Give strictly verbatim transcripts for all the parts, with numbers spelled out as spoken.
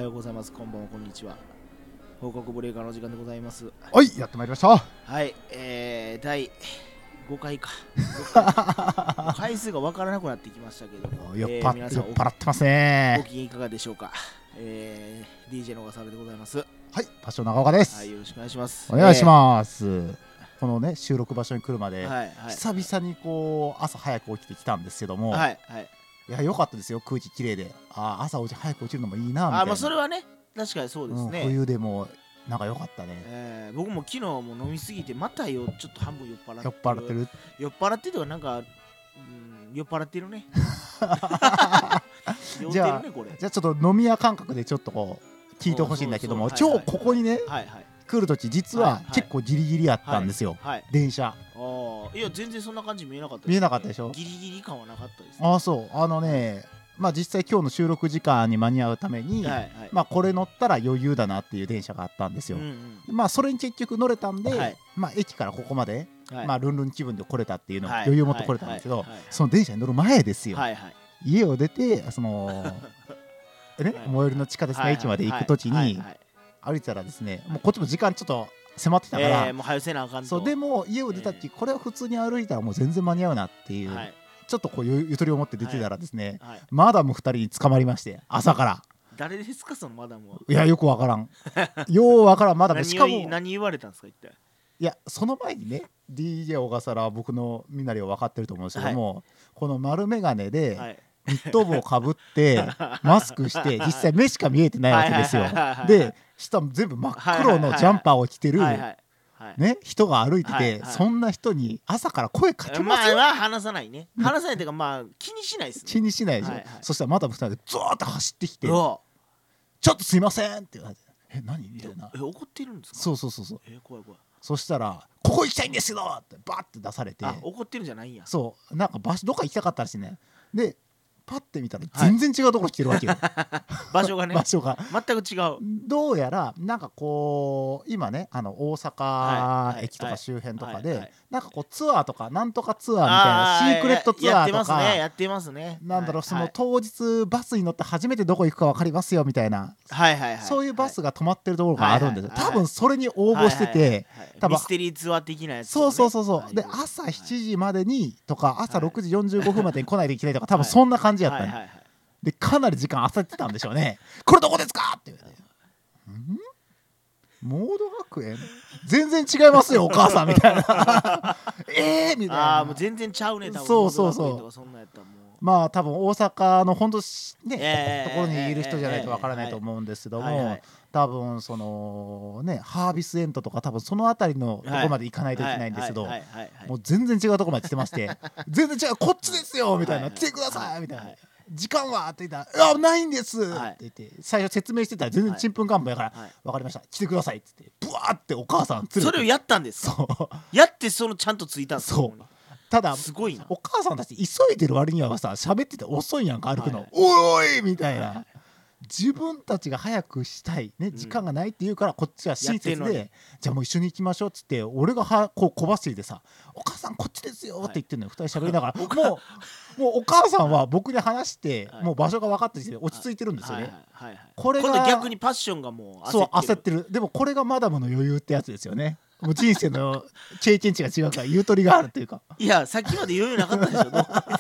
ようございます。こんばんは、こんにちは。報告ブレーカーの時間でございます。 はい、やってまいりました。 はい、えー、だいごかいか。ごかい回数が分からなくなってきましたけども、 酔っえー、 払皆さん酔っ払ってますね。 ご機嫌いかがでしょうか。えー、ディージェー の小笠原でございます。 はい、パッション長岡です。 はい、よろしくお願いします。 お願いします。えー、このね、収録場所に来るまで、 はいはい、 久々にこう朝早く起きてきたんですけども、 はいはい、 いや、良かったですよ、空気きれいで。あ、朝早く起きるのもいいなみたいな。 あ、まあそれはね、確かにそうですね。 うん、冬でもなんか良かったね。 えー、僕も昨日も飲みすぎてまたよちょっと半分酔っ払ってる。 酔っ払ってる。 酔っ払ってるとかなんか、うん、酔っ払ってるね。酔ってるねこれ。 じゃあちょっと飲み屋感覚でちょっとこう聞いてほしいんだけども、今日ここにね、はいはい、来るとき実は結構ギリギリやったんですよ、はいはい、電車。 あ、いや全然そんな感じ見えなかったです、ね、 見えなかったでしょ。 ギリギリ感はなかったです、 ね、あ、そう、あのね、まあ実際今日の収録時間に間に合うために、はいはい、まあこれ乗ったら余裕だなっていう電車があったんですよ、うんうん、まあそれに結局乗れたんで、はい、まあ駅からここまで、はい、まあルンルン気分で来れたっていうの、はい、余裕を持って来れたんですけど、その電車に乗る前ですよ、はいはい、家を出てそのね、最寄りの地下鉄の駅まで行くときに歩いてたらですね、もうこっちも時間ちょっと迫ってたから、 えー、もう早せなあかんと。 そう、でも家を出た時、これは普通に歩いたらもう全然間に合うなっていう、はい、ちょっとこうゆとりを持って出てたらですね、はいはい、マダムふたりに捕まりまして、朝から誰ですかそのマダムは。 いや、よくわからんようわからんマダム。しかも何言われたんですか一体。 いや、その前にね ディージェー 小笠原は僕のみんなりを分かってると思うんですけども、はい、この丸眼鏡で、はい、ニット帽をかぶってマスクして実際目しか見えてないわけですよ。で下も全部真っ黒のジャンパーを着てるね、人が歩いてて、はいはい、そんな人に朝から声かけますよ。 まあ、まあ、話さないね。話さないというか、まあ気にしないですね。 気にしないでしょ、はいはい、そしたらまたふたりでゾーッと走ってきて、ちょっとすいませんって言われて、え、何みたいな。 え、怒ってるんですか。 そうそうそうそう、 え、怖い怖い。 そしたらここ行きたいんですよってバッて出されて、 あ、怒ってるんじゃないんや。 そう、なんか場所どっか行きたかったらしいね。でパッて見たら全然違うところ来てるわけよ、 はい、場所がね場所が全く違う。 どうやらなんかこう今ね、あの大阪駅とか周辺とかでなんかこうツアーとかなんとかツアーみたいなシークレットツアーとかやってますね。 なんだろう、その当日バスに乗って初めてどこ行くか分かりますよみたいな、そういうバスが止まってるところがあるんですよ。多分それに応募してて、多分ミステリーツアー的なやつ。 そうそうそうそう。で朝しちじまでにとか朝ろくじよんじゅうごふんまでに来ないといけないとか、多分そんな感じやったね。でかなり時間焦ってたんでしょうね。これどこですかって言われて、んモード学園全然違いますよお母さんみたいなえーみたいな。 あー、もう全然ちゃうね。多分そうそうそう。まあ多分大阪の本当ねところにいる人じゃないとわからないと思うんですけども、多分そのねハービスエンドとか多分その辺りのとこまで行かないといけないんですけど、もう全然違うとこまで来てまして、全然違う、こっちですよみたいな、来てくださいみたいな。時間はって言ったら「いやないんです」って言って最初説明してたら全然ちんぷんかんぷんやから「分かりました、来てください」って言ってブワーってお母さん連れて、 それをやったんです。そうやってそのちゃんとついたんです。 そう。ただすごいな、 お母さんたち急いでる割にはさ喋ってて遅いやんか歩くの、おいおいみたいな。自分たちが早くしたい、ね、時間がないって言うからこっちは親切で、じゃあもう一緒に行きましょうっつって、俺がはこう小走りでさ「お母さんこっちですよ」って言ってんのよ、二人喋りながら。もうもうお母さんは僕に話してもう場所が分かってきて落ち着いてるんですよね。 これが今度逆にパッションがもうそう焦ってる。でもこれがマダムの余裕ってやつですよね。もう人生の経験値が違うからゆとりがあるっていうか。 いやさっきまで余裕なかったでしょ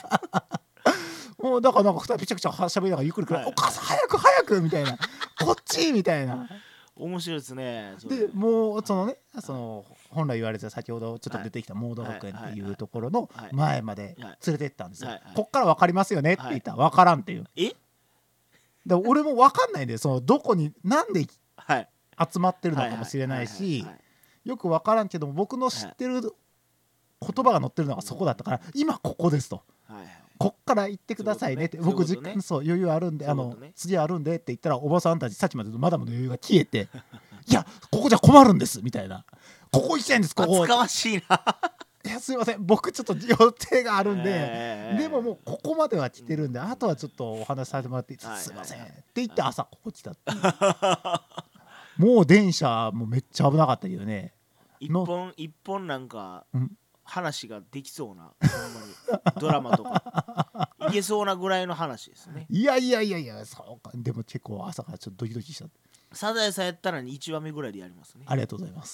もうだからなんかふたりめちゃくちゃ喋りながらゆっくりくらい、はい、お母さん早く早くみたいなこっちみたいな。 面白いですね。 でもうそのね、その本来言われた先ほどちょっと出てきたモード学園っていうところの前まで連れてったんですよ。こっから分かりますよねって言ったら分からんっていう。 えで俺も分かんないんで、そのどこになんで集まってるのかもしれないし、よく分からんけども僕の知ってる言葉が載ってるのがそこだったから今ここですと。こっから行ってくださいねって、僕実家そう余裕あるんで、あの次あるんでって言ったらおばさんたちさっきまでマダムの余裕が消えていやここじゃ困るんですみたいな、ここ行きたいんですここ。 厚かましいな。 いやすいません僕ちょっと予定があるんで、でももうここまでは来てるんであとはちょっとお話しさせてもらっていいですか、すいませんって言って朝ここ来たって。もう電車もめっちゃ危なかったけどね。 一本一本なんか話ができそうな、ほんまにドラマとか一いけそうなぐらいの話ですね。 いやいやいやいや、そうか。でも結構朝からちょっとドキドキした。 サザエさんやったらいちわめぐらいでやりますね。 ありがとうございます。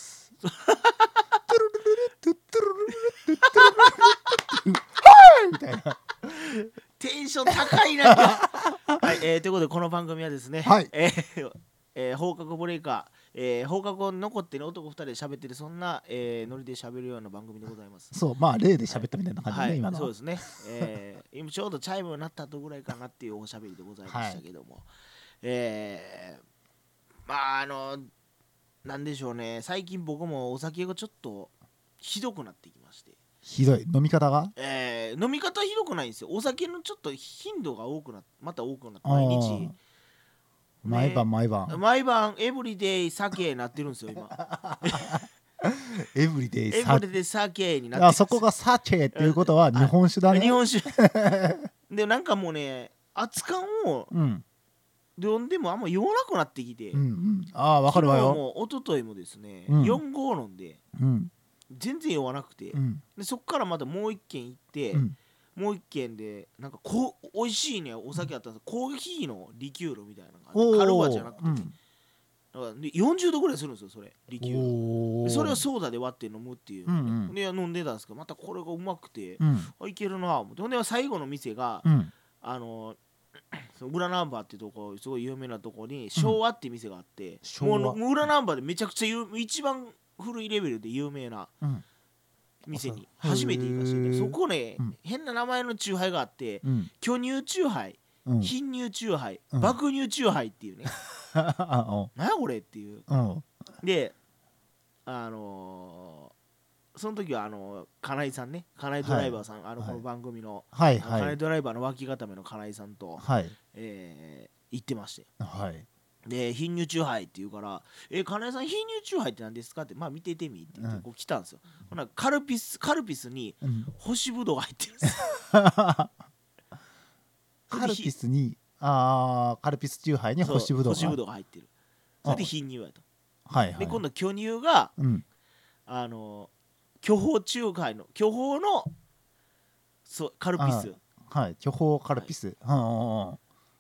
みたいな。 テンション高いな。はい、えー、ということでこの番組はですね、 はい、 えーえー、放課後ブレイカー、えー、放課後に残ってる男ふたりで喋ってるそんな、えー、ノリで喋るような番組でございます。 そう、まあ例で喋ったみたいな感じでね、はい、今のそうですね、えー、今ちょうどチャイムになった後ぐらいかなっていうおしゃべりでございましたけども、はい、えー、まああのなんでしょうね、最近僕もお酒がちょっとひどくなってきまして。 ひどい飲み方が、 えー、飲み方ひどくないんですよ。お酒のちょっと頻度が多くなってまた多くなって毎日、ね、 毎晩毎晩毎晩エブリデイ酒になってるんですよ今。 エブリデイエブリデイ酒になってる。 あそこが酒っていうことは日本酒だね。 日本酒でなんかもうね熱燗を飲んでもあんま酔わなくなってきて、 うんうん、ああ分かるわよ。 昨日も一昨日もですね、うん、よん合飲んで、うん、全然酔わなくて、うん、でそっからまたもう一軒行って、うん、もう一軒でなんかこう美味しいねお酒あったんですよ。コーヒーのリキュールみたいなのがあってカルバじゃなくて、うん、だからでよんじゅうどぐらいするんですよそれリキュール。それをソーダで割って飲むっていう、うんうん、で飲んでたんですけどまたこれがうまくて、うん、あいけるなぁ思って。ほんで最後の店が、うん、あのその裏ナンバーっていうとこすごい有名なとこに昭和っていう店があって、うん、もう裏ナンバーでめちゃくちゃ一番古いレベルで有名な店に初めて行かして、そこね、うん、変な名前のチューハイがあって、うん、巨乳チューハイ、うん、貧乳チューハイ、うん、爆乳チューハイっていうね何やこれっていう、うん、であのー、その時はあの金井さんね、金井ドライバーさん、はい、あのこの番組の、はいはい、金井ドライバーの脇固めの金井さんと、はい、えー、行ってまして、はい、で貧乳チューハイって言うから「え金井さん貧乳チューハイって何ですか?」って「まあ見ててみ」って言ってこう来たんですよ、うん、ほなカルピスカルピスに干しぶどうが入ってるんですよカルピスにあカルピスチューハイに干しぶどうが干しぶどうが入ってる。それで貧乳やと、 はいはい、 で今度巨乳が、うん、あの巨峰チューハイの巨峰のそうカルピス、 はい巨峰カルピス、はい、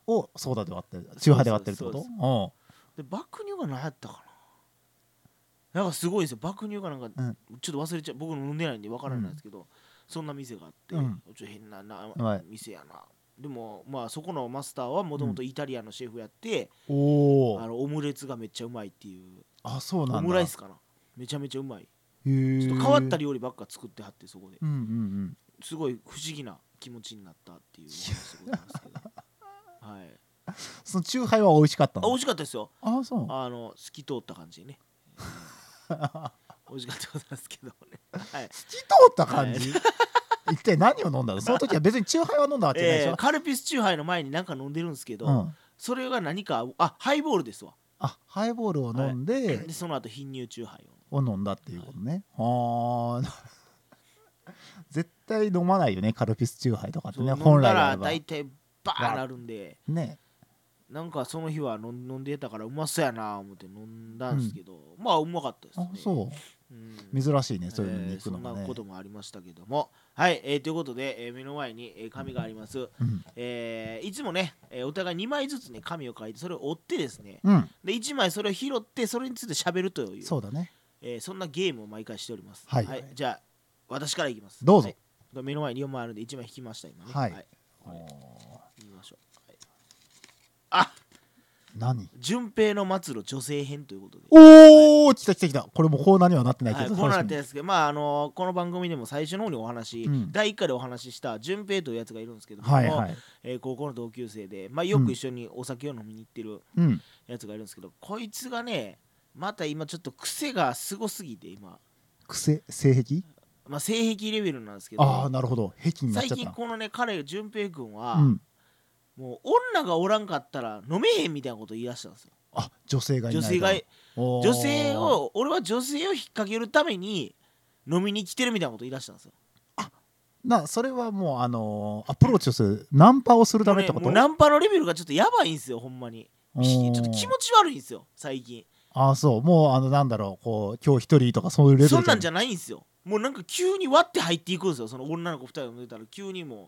をソーダで割ってるチューハイで割ってるってこと？ で爆乳が何やったかな、なんかすごいですよ爆乳がなんか、うん、ちょっと忘れちゃう、僕の飲んでないんで分からないですけど、うん、そんな店があって、うん、ちょっと変なな、はい、店やな。でもまあそこのマスターはもともとイタリアンのシェフやって、うん、あのオムレツがめっちゃうまいっていう。 あ、そうなんだ。 オムライスかな、めちゃめちゃうまい。ちょっと変わった料理ばっか作ってはってそこで、うんうんうん、すごい不思議な気持ちになったっていうすごいですけどはい、 そのチューハイは美味しかったの？ あ、美味しかったですよ。 あ、そう。 あの透き通った感じでね美味しかったことですけどね、はい、 透き通った感じ、はい、一体何を飲んだの？その時は別にチューハイは飲んだわけじゃないでしょ、えー、 カルピスチューハイの前に何か飲んでるんですけど、うん、それが何か、あ、ハイボールですわ。 あ、ハイボールを飲んで、はい、 でその後貧乳チューハイを飲んだっていうことね、はい、あ絶対飲まないよねカルピスチューハイとかってね。 本来は大体バーンなるんでね。なんかその日は飲んでたからうまそうやな思って飲んだんですけど、うん、まあうまかったですね。 あ、そう、うん、珍しいねそういうのに行くのがね、 えー、そんなこともありましたけども、はい、えー、ということで、えー、目の前に、えー、紙があります、うん、えー、いつもね、えー、お互いにまいずつね紙を書いてそれを折ってですね、うん、でいちまいそれを拾ってそれについて喋るという、 そうだね、 えー、そんなゲームを毎回しております。 はい、 はい、じゃあ私からいきます。 どうぞ。 はい、目の前によんまいあるんでいちまい引きました今ね。 はい、 はい、はい、見ましょう。はい、あ、 何？ 順平の末路女性編ということで。 おお、はい、来た来た来た。これもコーナーにはなってないけど、 はい、コーナーってですけど、まああのー、この番組でも最初の方にお話、うん、だいいっかいでお話しした順平というやつがいるんですけども、はいはい、えー、高校の同級生で、まあ、よく一緒にお酒を飲みに行ってるやつがいるんですけど、うん、こいつがねまた今ちょっと癖がすごすぎて今。 癖？性癖？ まあ性癖レベルなんですけど。 ああ、なるほど。癖になっちゃった。 最近このね彼順平君は、うん、もう女がおらんかったら飲めへんみたいなことを言い出したんですよ。 あ、女性がいない女性が女性を俺は女性を引っ掛けるために飲みに来てるみたいなことを言い出したんですよ。 あ、なそれはもうあのー、アプローチをするナンパをするためってこと？ もうね、もうナンパのレベルがちょっとやばいんですよほんまに。ちょっと気持ち悪いんですよ最近。 ああ、そう、もうあのなんだろう、こう今日一人とかそういうレベルじゃそんなんじゃないんですよ。もうなんか急に割って入っていくんですよ。その女の子ふたりを見たら急にも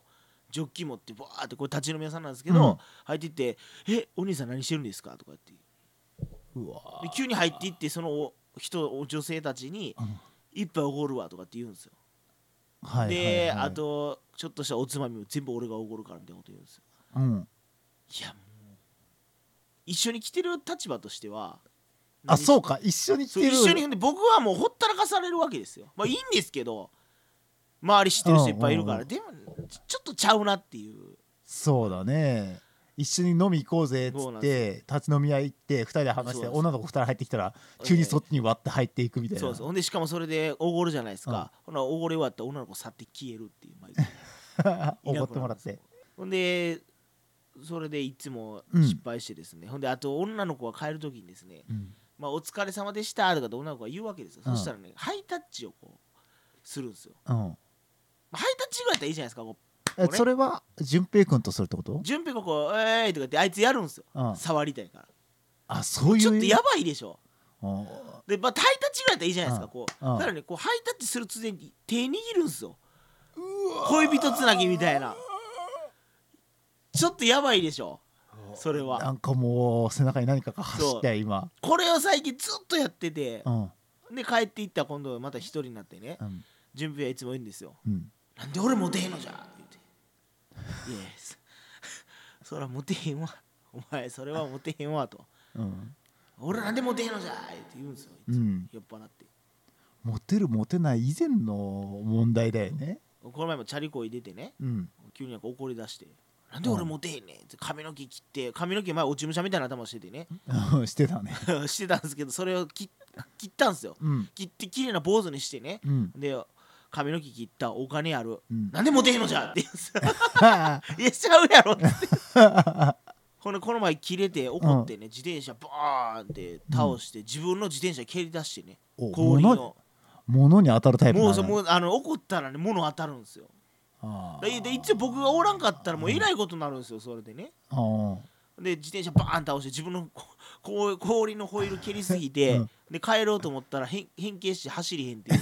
ジョッキ持ってバーってこれ立ち飲み屋さんなんですけど、うん、入っていって「えお兄さん何してるんですか?」とか言ってうわで急に入っていってその人女性たちに「一杯おごるわ」とかって言うんですよ、はい、で、はいはい、あとちょっとしたおつまみも全部俺がおごるからみたいなこと言うんですよ、うん、いやもう一緒に来てる立場としてはあそうか一緒に来てる一緒に僕はもうほったらかされるわけですよ。まあいいんですけど周り知ってる人いっぱいいるから、うんうんうん、でもちょっとちゃうなっていう。 そうだね一緒に飲み行こうぜっつって立ち飲み屋行ってふたりで話して女の子ふたり入ってきたら急にそっちに割って入っていくみたいな、 そうそうほんでしかもそれでおごるじゃないですか、うん、ほなおごり終わったら女の子去って消えるっていうおごってもらってほんでそれでいつも失敗してですね、うん、ほんであと女の子が帰る時にですね、うんまあ、お疲れ様でしたとかって女の子が言うわけですよ、うん、そしたらねハイタッチをこうするんですよ、うんまあ、ハイタッチぐらいだったらいいじゃないですかこうえそれは順平君とするってこと？ 順平がこう「えーい」とかってあいつやるんですよ、うん、触りたいから。 あそういうちょっとやばいでしょ。で、まあ、ハイタッチぐらいだったらいいじゃないですか、こうだからねこうハイタッチするついでに手握るんですよ、恋人つなぎみたいな。ちょっとやばいでしょそれは。 なんかもう背中に何かが走って今これを最近ずっとやってて、うん、で帰っていったら今度また一人になってね、うん、順平はいつも言うんですよ、うん、なんで俺モテへんのじゃ言うてイエスそらモテへんわお前それはモテへんわと、うん、俺なんでモテへんのじゃって言うんですよいつも、うん、酔っ払ってモテるモテない以前の問題だよね。 この前もチャリコ入れてね、うん、急になんか怒り出してなんで俺モテへんねんって髪の毛切って髪の毛前落ち武者みたいな頭しててねしてたねしてたんですけどそれを切ったんですよ、うん、切って綺麗な坊主にしてね、うん、で髪の毛切ったお金ある、うん、なんでモテへんのじゃって言うんですよいやしちゃうやろってほんでこの前切れて怒ってね、うん、自転車バーンって倒して、うん、自分の自転車蹴り出してね氷の物に当たるタイプもうもうあの怒ったらね物当たるんですよ。でで一応僕がおらんかったらもうえらいことになるんですよそれでね。で自転車バーン倒して自分のこ氷のホイール蹴りすぎて、うん、で帰ろうと思ったら変変形して走りへんっていう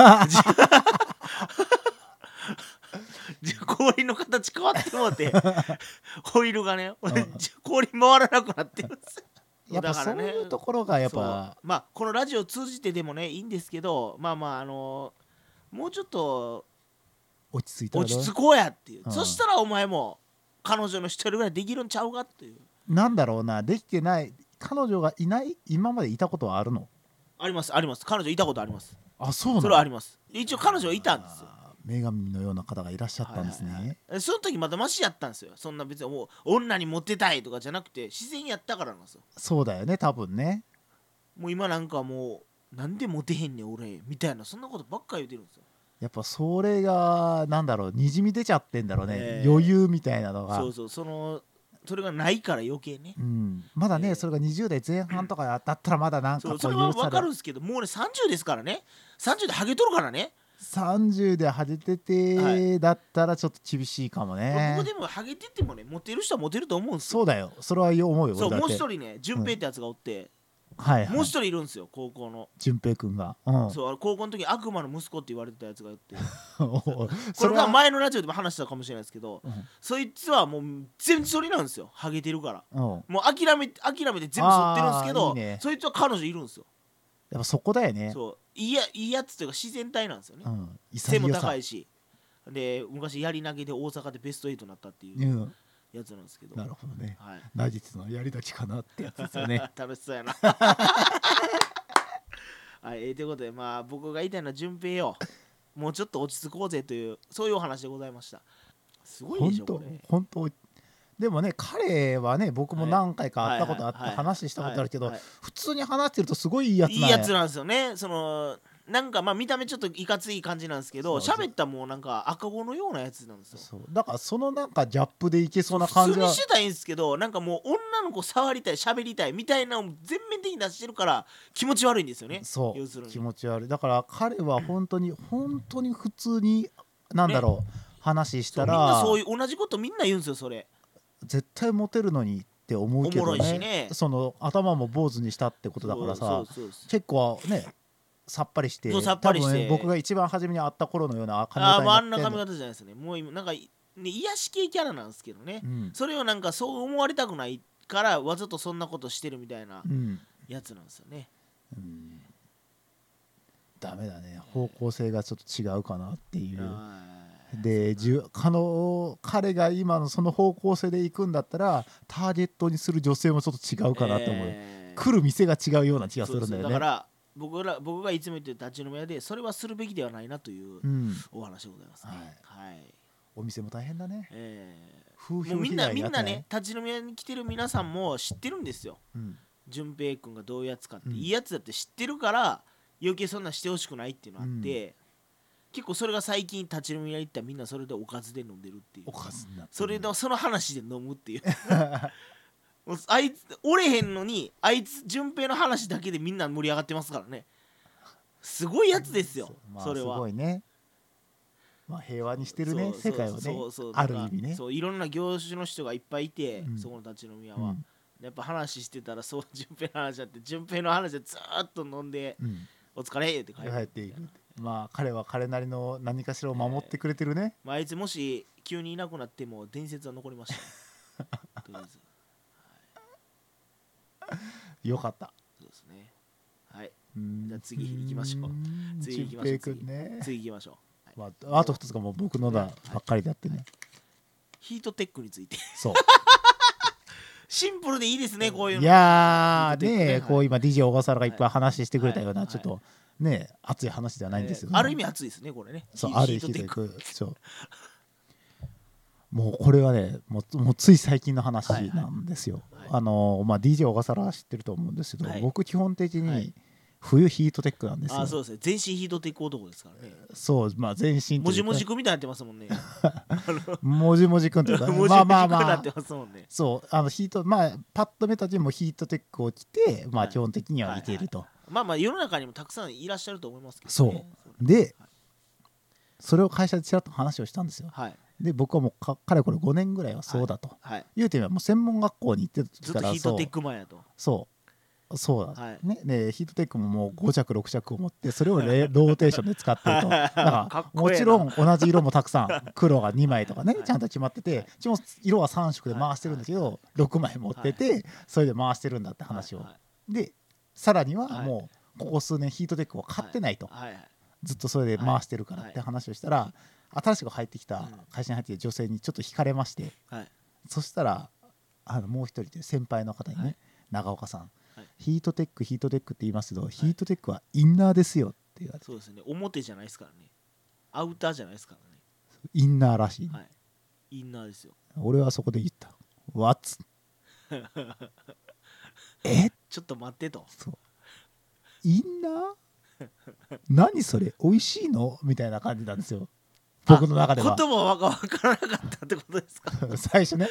氷の形変わってもうてホイールがね、うん、氷回らなくなってるんですよ。 やっぱそういうところがやっぱまあこのラジオを通じてでもねいいんですけどまあまああのー、もうちょっと落ち着いた落ち着こうやっていう、うん、そしたらお前も彼女の一人ぐらいできるんちゃうかっていう。 なんだろうなできてない彼女がいない今までいたことはあるの？ ありますあります彼女いたことあります。 あそうなの？ それはあります。一応彼女はいたんですよ。 女神のような方がいらっしゃったんですね、はいはいはい、 その時まだマシやったんですよ。そんな別にもう女にモテたいとかじゃなくて自然やったからなんですよ。 そうだよね多分ね。 もう今なんかもうなんでモテへんねん俺みたいなそんなことばっかり言ってるんですよ。 やっぱそれがなんだろうにじみ出ちゃってんだろうね、えー、余裕みたいなのがそうそうそのそれがないから余計ね、 うん、まだね、えー、それがにじゅう代前半とかだったらまだなんかこうそれは分かるんですけどもうねさんじゅうですからねさんじゅうでハゲとるからねさんじゅうでハゲてて、はい、だったらちょっと厳しいかもね。 ここでもハゲててもねモテる人はモテると思うんですよ。 そうだよそれは思うよ。 そうもう一人ね順平ってやつがおって、うんはいはい、もう一人いるんですよ高校の順平くんが、うん、 そう高校の時に悪魔の息子って言われてたやつがいてこれが前のラジオでも話したかもしれないですけど、うん、そいつはもう全然それなんですよハゲてるから、うん、もう諦め諦めて全部剃ってるんですけどいい、ね、そいつは彼女いるんですよ。 やっぱそこだよね。 そういいやいいやつというか自然体なんですよね、うん、背も高いしで昔やり投げで大阪でベストエイトになったっていう、うんやつなんですけど。 なるほどね。はい、ナジツのやりだきかなってやつですよね。 楽しそうやな。はい、えー、ということでまあ僕が言いたいのは順平よ。もうちょっと落ち着こうぜというそういうお話でございました。すごいでしょこれ。 本当でもね彼はね僕も何回か会ったことあって話したことあるけど普通に話してるとすごいいいやつなんいいやつなんですよね。そのなんかまあ見た目ちょっといかつい感じなんですけど喋ったらもうなんか赤子のようなやつなんですよ。 そうだからそのなんかギャップでいけそうな感じは普通にしてたらいいんですけどなんかもう女の子触りたい喋りたいみたいなのを全面的に出してるから気持ち悪いんですよね。 そう要するに気持ち悪い。だから彼は本当に本当に普通になんだろう、ね、話したらみんなそういう同じことみんな言うんですよ。それ絶対モテるのにって思うけど ね, おもろいしねその頭も坊主にしたってことだからさ結構ねさっぱりしてさっぱりして、 多分、ね、僕が一番初めに会った頃のような髪型になってんの。ああもうあんな髪型じゃないですね。もう今なんかね、癒し系キャラなんですけどね、 うん、 それをなんかそう思われたくないからわざとそんなことしてるみたいなやつなんですよね、うんうん、 ダメだね、方向性がちょっと違うかなっていう。でじゅ可能彼が今のその方向性で行くんだったらターゲットにする女性もちょっと違うかなと思う、えー、来る店が違うような気がするんだよね。 そうそう、だから僕ら僕がいつも言ってる立ち飲み屋でそれはするべきではないなというお話でございますね、うん、はい、はい、 お店も大変だね、 えー、風評被害があって、もうみんなみんなね立ち飲み屋に来てる皆さんも知ってるんですよ、うん、淳平君がどういうやつかって、うん、いいやつだって知ってるから余計そんなしてほしくないっていうのがあって、うん、結構それが最近立ち飲み屋行ったらみんなそれでおかずで飲んでるっていう、 おかずになってる、 それでその話で飲むっていうあいつ折れへんのにあいつ順平の話だけでみんな盛り上がってますからね。すごいやつですよ、 まあ、 それはすごいね、まあ、平和にしてるね世界をね、そうそう、ある意味ね、 そういろんな業種の人がいっぱいいて、うん、そこの立ち飲み屋は、うん、やっぱ話してたらそう順平の話だって順平の話でずっと飲んで、うん、お疲れって帰っていく。まあ彼は彼なりの何かしらを守ってくれてるね、えーまあ、あいつもし急にいなくなっても伝説は残りました、ね、とりあえず、 はい、よかった。 そうですね、はい、じゃあ次行きましょう。次行きましょう。次、ね、次行きましょう、はい、まあ、あとふたつがもう僕のだばっかりであってね、はい、 ヒートテックについてそうシンプルでいいですね、こういうの。 いやーね、はい、こう今 ディージェー 小笠原がいっぱい話してくれたような、はい、ちょっとね熱い話ではないんですよね、 えー、ある意味熱いですねこれね。 そう、ある意味ヒートテック、そうもうこれはねもう、もうつい最近の話なんですよ、はいはい、あのまあ ディージェー 小笠原は知ってると思うんですけど、はい、僕基本的に冬ヒートテックなんですよ。 あ、そうですね、全身ヒートテック男ですからね。 そう、まあ全身もじもじくんみたいになってますもんねもじもじくんというか、ね、まあまあまあそうあのヒート、まあパッと見た時もヒートテックを着て、まあ基本的にはいけると、 はいはいはい、まあまあ世の中にもたくさんいらっしゃると思いますけどね。 そうで、はい、それを会社でちらっと話をしたんですよ、はい、で僕はもうかかれこれごねんぐらいはそうだと、はいはい、言うてみればもう専門学校に行ってた時から、 ずっとヒートテック前やと、 そうそうだ、はいね、でヒートテックももうご着ろく着を持ってそれをレローテーションで使ってるとだからもちろん同じ色もたくさん黒がにまいとかねちゃんと決まってて、うちも色はさん色で回してるんだけどろくまい持っててそれで回してるんだって話を、でさらにはもうここ数年ヒートテックを買ってないと、ずっとそれで回してるからって話をしたら、新しく入ってきた会社に入ってきた女性にちょっと惹かれまして、そしたらあのもう一人で先輩の方にね、長岡さんヒートテックヒートテックって言いますけど、はい、ヒートテックはインナーですよって言われて。 そうですね、表じゃないですからね、アウターじゃないですからね、 インナーらしい、 はい、インナーですよ。 俺はそこで言った What? えちょっと待ってと、 そうインナー何それ美味しいのみたいな感じなんですよ僕の中では。 言葉は分からなかったってことですか最初ね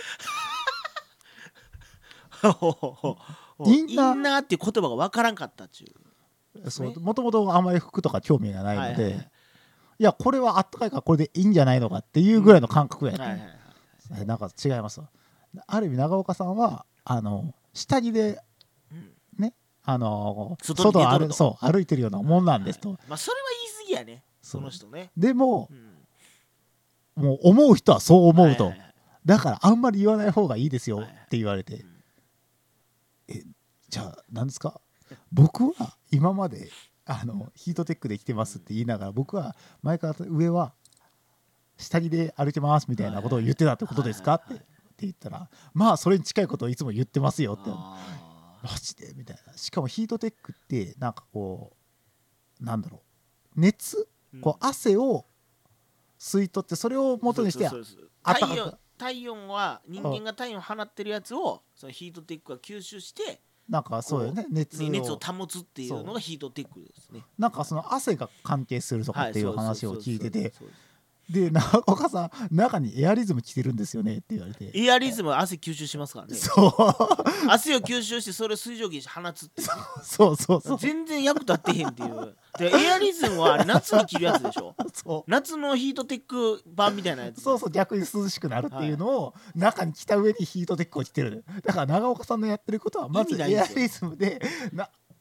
インナー、インナーっていう言葉が分からんかったっちゅう、 そう、もともとあんまり服とか興味がないので、はいはいはい、いやこれはあったかいからこれでいいんじゃないのかっていうぐらいの感覚やった、ね、うんはいはい、なんか違いますわ。ある意味長岡さんはあの下着で、うん、ねあの外を歩そう歩いてるようなもんなんですと、はい、 まあそれは言い過ぎやねその人ね。 でも、うん、もう思う人はそう思うと、はいはいはい、だからあんまり言わない方がいいですよって言われて、はいはい、えじゃあ何ですか僕は今まであのヒートテックで来てますって言いながら僕は前から上は下着で歩いてますみたいなことを言ってたってことですかって言ったら、まあそれに近いことをいつも言ってますよって、マジでみたいな。しかもヒートテックってなんかこうなんだろう熱こう汗を吸い取ってそれを元にして体温体温は人間が体温を放ってるやつをそのヒートテックが吸収してなんかそうよね熱を熱を保つっていうのがヒートテックですね。 なんかその汗が関係するとかっていう話を聞いてて、で長岡さん中にエアリズム着てるんですよねって言われて、 エアリズムは汗吸収しますからね。 そう汗を吸収してそれを水蒸気に放つっていう、 そうそうそう全然役立ってへんっていう。でエアリズムは夏に着るやつでしょそう夏のヒートテック版みたいなやつ。 そうそう逆に涼しくなるっていうのを中に着た上にヒートテックを着てる。だから長岡さんのやってることはまずエアリズムでな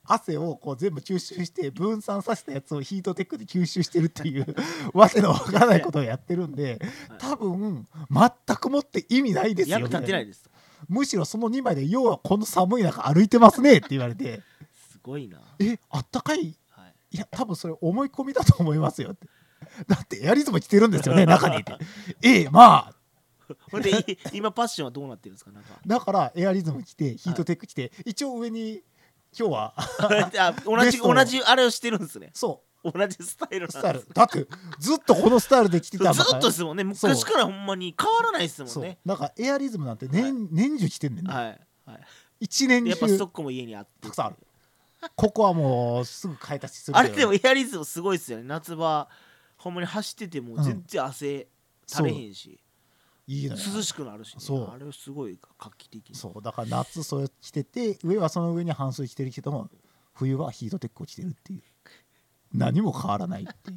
汗をこう全部吸収して分散させたやつをヒートテックで吸収してるっていうわけのわからないことをやってるんで、多分全くもって意味ないですよ。 役立ってないです。 むしろそのにまいで要はこの寒い中歩いてますねって言われてすごいな。 えあったかい、はい、いや多分それ思い込みだと思いますよって。だってエアリズム着てるんですよね中にってええまあこれで今パッションはどうなってるんですか。なんかだからエアリズム着てヒートテック着て、はい、一応上に今日は同じ同じあれをしてるんですね。 そう同じスタイルなんです。 だってずっとこのスタイルで着てたんだからずっとですもんね。昔からほんまに変わらないですもんね。 だからエアリズムなんて 年,、はい、年中着てんねんね、はいはい、一年中やっぱストックも家にあってたくさんあるここはもうすぐ買い足しする。 あれでもエアリズムすごいですよね。夏場ほんまに走ってても全然汗垂れへんし、うんいいね、涼しくなるし、ね、そうあれすごい画期的。 そうだから夏それ着てて上はその上に半袖着てるけども冬はヒートテックを着てるっていう何も変わらないっていう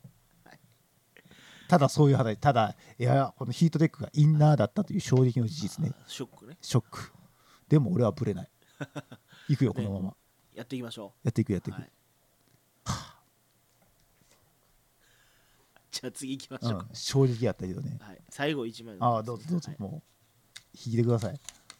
ただそういう話ただいやこのヒートテックがインナーだったという衝撃の事実ね。 ショックね。 ショックでも俺はブレない行くよこのまま、ね、 やっていきましょう。 やっていくやっていく、はいじゃあ次行きましょうか、 うん、衝撃やったけどね、 はい、最後いちまいああどうぞどうぞ、はい、もう引いてください。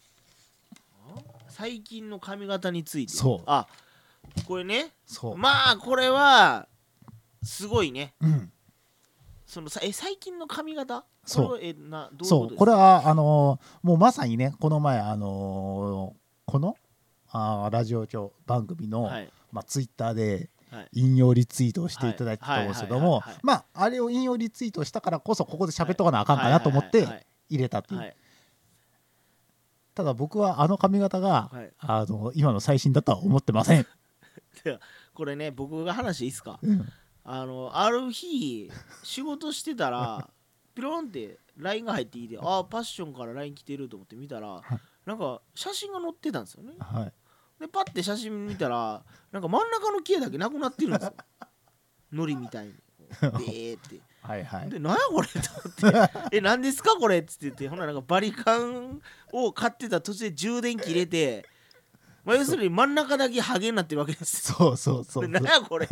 最近の髪型について。 そうあこれねそうまあこれはすごいね、うん、そのえ最近の髪型そうえなどういうことですか。 そうこれはあのー、もうまさにねこの前あのー、このあラジオ番組の、はいまあ、ツイッターで引用リツイートをしていただいたと思うんですけどもまああれを引用リツイートしたからこそここで喋っとかなあかんかなと思って入れたっていう、はいはいはいはい、ただ僕はあの髪型が、はい、あの今の最新だとは思ってませんこれね僕が話いいっすか、うん、あのある日仕事してたらピロンって ライン が入ってきてああパッションから ライン 来てると思って見たら、はい、なんか写真が載ってたんですよね、はい、でパッて写真見たらなんか真ん中の毛だけなくなってるんですよのりみたいにベーってはいはい、で何やこれと思ってえ何ですかこれっつって言ってほななんかバリカンを買ってた途中で充電切れて、まあ、要するに真ん中だけハゲになってるわけですよ。そうそうそう何やこれ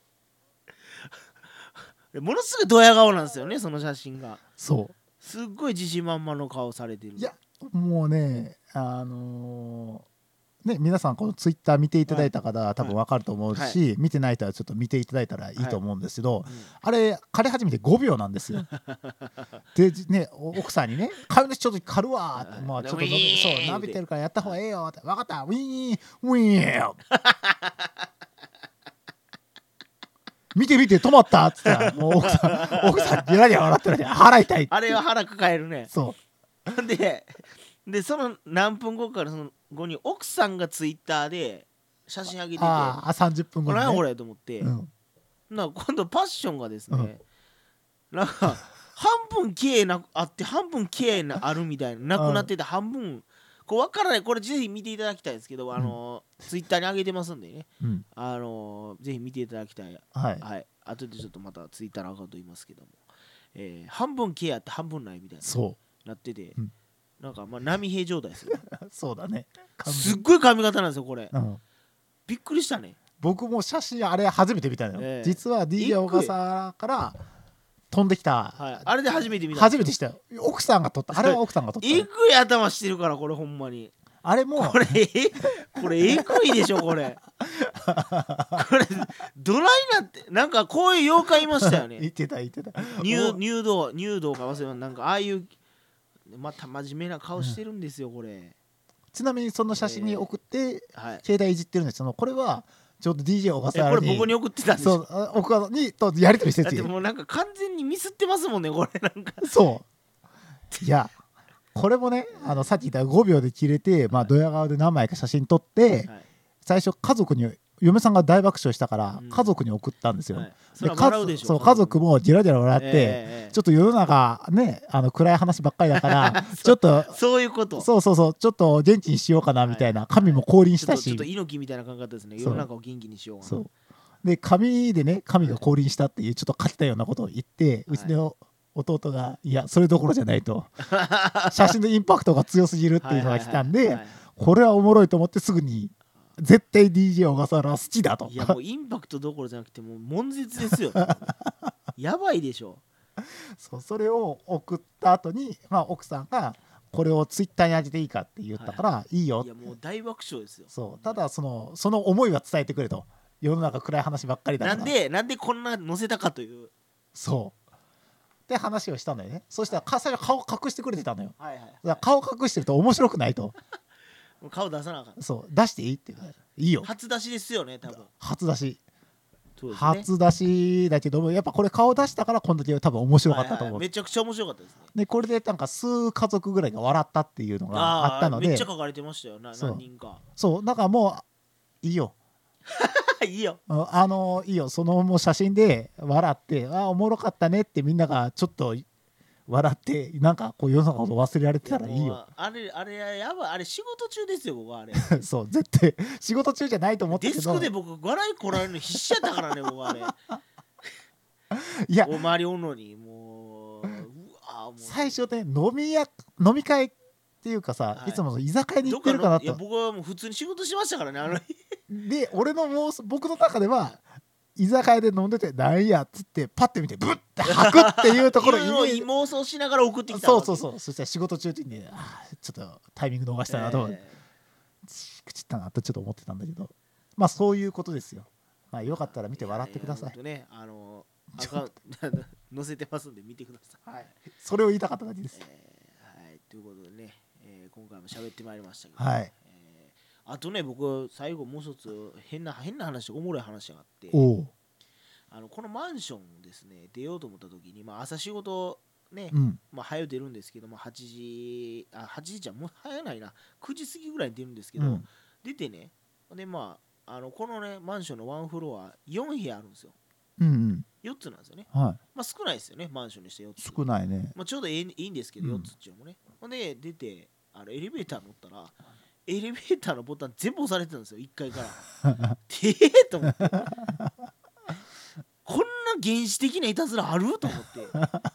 ものすごいドヤ顔なんですよねその写真が。 そうすっごい自信満々の顔されてる。 いやもうねあのーね、皆さんこのツイッター見ていただいた方は多分分かると思うし、はい、見てない人はちょっと見ていただいたらいいと思うんですけど、はいうん、あれ刈り始めてごびょうなんですよでね奥さんにね髪の毛ちょっと刈るわって、まあ、ちょっと伸びそう伸びてるからやった方がええよって分かったウィーンウィーン見て見て止まったっつったらもう奥さん奥さんギラギラ笑ってるね腹痛いってあれは腹抱えるね。 そうででその何分後からその後に奥さんがツイッターで写真上げててああさんじゅっぷんごに、ね、 何やこれと思って、うん、な今度パッションがですね、うん、なんか半分綺麗なあって半分綺麗なあるみたいななくなってて半分こう分からないこれぜひ見ていただきたいんですけど、あのー、ツイッターに上げてますんでね、うん、あのー、ぜひ見ていただきたい。はい、はい、後でちょっとまたツイッターのアカウント言いますけども、えー、半分綺麗あって半分ないみたいななってて、うんなんかまあ波平状態ですよそうだねすっごい髪型なんですよこれ、うん、びっくりしたね。 僕も写真あれ初めて見たのよ、えー、実は ディージェー 小笠から飛んできた、 はい、あれで初めて見た初めてしたよ奥さんが撮ったあれは奥さんが撮ったえぐい頭してるからこれほんまにあれもこれこれえぐいでしょこれこれドライなってなんかこういう妖怪いましたよね言ってた言ってた入入道入道か忘れたなんかああいうまた真面目な顔してるんですよこれ、うん、 ちなみにその写真に送って、えーはい、携帯いじってるんですけどこれはちょうど ディージェー 小笠原にこれ僕に送ってたんですよそう僕にとやり取りしててでもなんか完全にミスってますもんねこれなんかそういやこれもねあのさっき言ったごびょうで切れて、まあ、ドヤ顔で何枚か写真撮って、はい、最初家族に嫁さんが大爆笑したから家族に送ったんですよ、うんはい、 で家, そう家族もジラジラ笑って、えー、ちょっと世の中ねあの暗い話ばっかりだからちょっとそういうことそうそうそうちょっと元気にしようかなみたいな、はい、神も降臨したしちょっと猪木みたいな感覚ですね世の中を元気にしようかなそうで神でね神が降臨したっていうちょっと勝ったようなことを言って、はい、うちの弟がいやそれどころじゃないと写真のインパクトが強すぎるっていうのが来たんでこれはおもろいと思ってすぐに絶対 ディージェー 小笠原は好きだと。 いやもうインパクトどころじゃなくてもう悶絶ですよやばいでしょ。 そうそれを送った後に、まあ、奥さんがこれをツイッターに上げていいかって言ったから、はい、いいよって。 いやもう大爆笑ですよ。 そうただそのその思いは伝えてくれと。世の中暗い話ばっかりだから。 なんでなんでこんな載せたかという。 そうで話をしたんだよね。そしたら最初顔隠してくれてたのよ、はいはいはい、だから顔隠してると面白くないともう顔出さなあかん。 そう出していいって言うからいいよ。 初出しですよね多分。 初出しそうですね、 初出しだけどやっぱこれ顔出したからこの時多分面白かったと思う、はいはい、 めちゃくちゃ面白かったですね。 でこれでなんか数家族ぐらいが笑ったっていうのがあったので、 めっちゃ書かれてましたよな。何人か。 そうだからもういいよいいよあのいいよそのもう写真で笑ってあおもろかったねってみんながちょっと笑ってなんかこう世の中のこと忘れられてたらいいよ。 あれあれやばいあれ仕事中ですよ僕はあれそう絶対仕事中じゃないと思ったけどデスクで僕笑いこられるの必死やったからね僕はあれいやお周りおんのにもううわもう最初ね飲みや飲み会っていうかさ、はい、いつもの居酒屋に行ってるかなと。 いや僕はもう普通に仕事しましたからねあので俺のもう僕の中では居酒屋で飲んでてなんやっつってパッて見てブッて吐くっていうところを妄想しながら送ってきた。 そうそうそう。そしたら仕事中にねちょっとタイミング逃したなと思って、えー、口ったなとちょっと思ってたんだけどまあそういうことですよ。まあよかったら見て笑ってください。いやいやねあのアカウント載せてますんで見てください。 はい、それを言いたかっただけです。 えー、はいということでね、えー、今回も喋ってまいりましたけど、 はい。 あとね僕最後もう一つ変な変な話おもろい話があって、あのこのマンションですね出ようと思った時に、まあ、朝仕事ね、うん、まあ早出るんですけど、まあ、はちじあはちじじゃもう早ないなくじ過ぎぐらいに出るんですけど、うん、出てねでまああのこのねマンションのワンフロアよん部屋あるんですよ、うんうん、よっつなんですよね、はい、まあ少ないですよねマンションにしてよっつ少ないね、 まあ、ちょうどいい、いいんですけど、うん、よっつっていうのもねほんで出てあのエレベーター乗ったらエレベーターのボタン全部押されてたんですよいっかいからてえと思ってこんな原始的ないたずらあると思って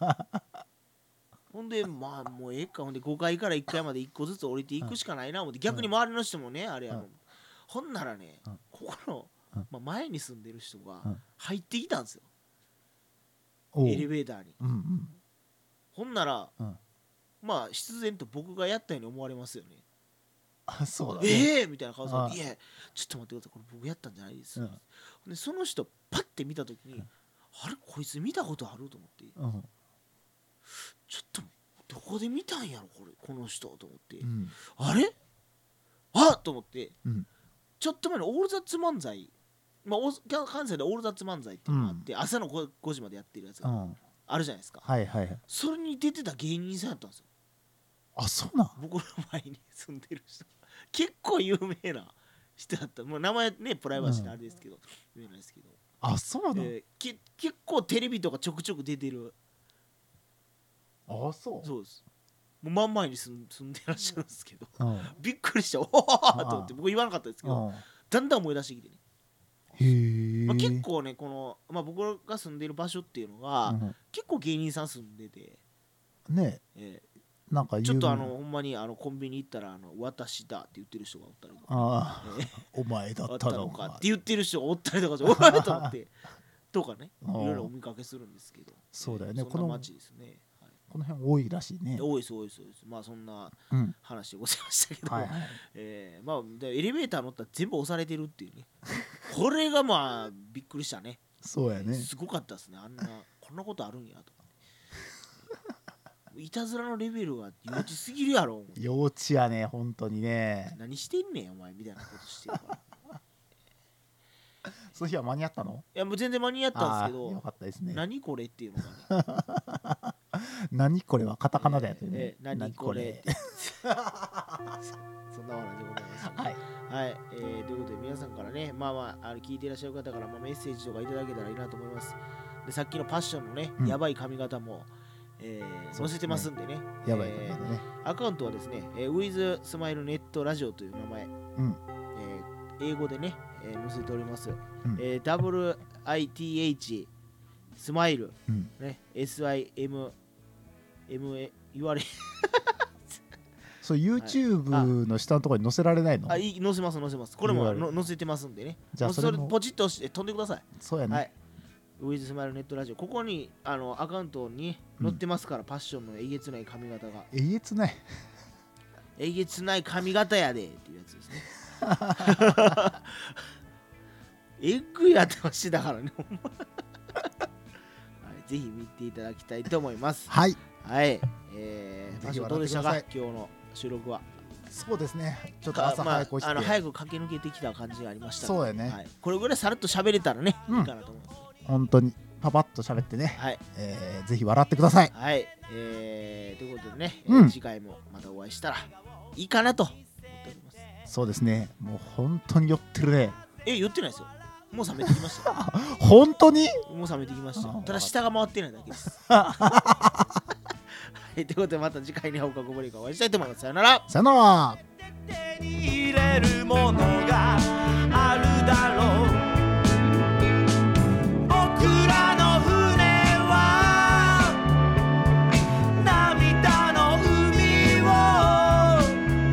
ほんでまあもうええかほんでごかいからいっかいまでいっこずつ降りていくしかないな思って逆に周りの人もねあれやろほんならねここの、まあ、前に住んでる人が入ってきたんですよエレベーターに、うんうん、ほんならまあ必然と僕がやったように思われますよねあそうだね、 ええー、みたいな顔されて「いやちょっと待ってくださいこれ僕やったんじゃないです」うん、でその人パッて見た時に、うん、あれこいつ見たことあると思って、うん、ちょっとどこで見たんやろこれこの人と思って、うん、あれあっと思って、うん、ちょっと前のオールザッツ漫才、まあ、関西でオールザッツ漫才っていうのがあって、うん、朝の 5, ごじまでやってるやつがあるじゃないですか、 はいはいはい、 それに出てた芸人さんやったんですよ。 あ、そうなん。 僕の前に住んでる人結構有名な人だった。もう名前ねプライバシーのあれですけど、うん、言えないですけど。 あ、そうなん、 えー、け結構テレビとかちょくちょく出てる。 あ、そうそうです。もう真ん前に住ん、住んでらっしゃるんですけど、うん、びっくりしたおおと思って僕言わなかったですけど、だんだん思い出してきてね。 へー、 まあ、結構ねこの、まあ、僕が住んでる場所っていうのが、うん、結構芸人さん住んでてねえ、えーなんかちょっとあのほんまにあのコンビニ行ったらあの私だって言ってる人がおったりとか、 あ、えー、お前だったのかって言ってる人がおったりとかお前と思ってとかねいろいろお見かけするんですけど、 そうだよね、 えー、そんな街ですね、 はい、この辺多いらしいね。 多いです多いです多いです。まあそんな話でございましたけど、うん、はいはい、えー、まあエレベーター乗ったら全部押されてるっていうねこれがまあびっくりしたね。 そうやね、 すごかったですね。あんなこんなことあるんやといたずらのレベルが幼稚すぎるやろ。 幼稚やね本当にね。 何してんねんお前みたいなことしてるからその日は間に合ったの？ いやもう全然間に合ったんですけど、 よかったですね。 何これっていうのがね何これはカタカナだよね、 えーえー、何これってそんなお話でございます、ね、はい、はいえー、ということで皆さんからねまあまあ、あの聞いていらっしゃる方から、まあ、メッセージとかいただけたらいいなと思います。でさっきのパッションのね、うん、やばい髪型もえー、載せてますんでね。 やばいね、えー。アカウントはですね、えー、ウィズスマイルネットラジオという名前、うんえー、英語でね、えー、載せております。うんえー、ダブリューアイティーエイチ スマイル、ね、エスアイエムエムエー 言われそう YouTube の下のところに載せられないの？ あ、いい、載せます載せます。これもの載せてますんでね。 じゃあそれポチッと押して飛んでください。 そうやね、 はい、ウィズスマイルネットラジオ、ここにあのアカウントに載ってますから、うん、パッションのえげつない髪型が。 えげつないえげつない髪型やでっていうやつですね。えぐいやってましだからね。はい、ぜひ見ていただきたいと思います。 はい。 はい。えー、パッションどうでしたか、今日の収録は。 そうですね。ちょっと朝早く起きて、 まあ、あの早く駆け抜けてきた感じがありました、ね。 そうやね、 はい。これぐらいさらっと喋れたらね、うん、いいかなと思います。 本当にパパッと喋ってね。 はい。 えー、ぜひ笑ってください。 はい。えー、ということでね、 うん、 次回もまたお会いしたらいいかなと思っております。 そうですね。もう本当に酔ってるね。 え、酔ってないですよ。もう冷めてきました。 本当に？ もう冷めてきました。ただ下が回ってないだけです。はい、ということでまた次回に放課後ブレイクお会いしたいと思います。さよなら。 さよなら。 手に入れるものがあるだろう。僕らの船は涙の海を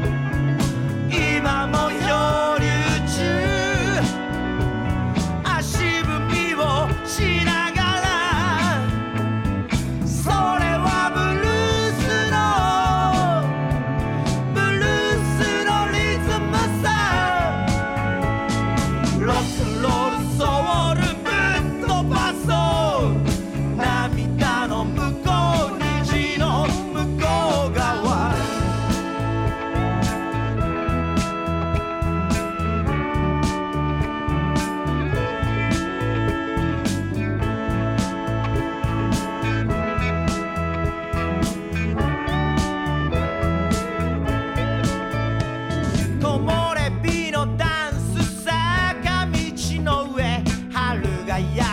今も漂流中。足踏みをしながら、それはブルースのブルースのリズムさ。ロックロールソウルぶっ飛ばそう。涙の向こう、虹の向こう側。木漏れ日のダンス、坂道の上、春がや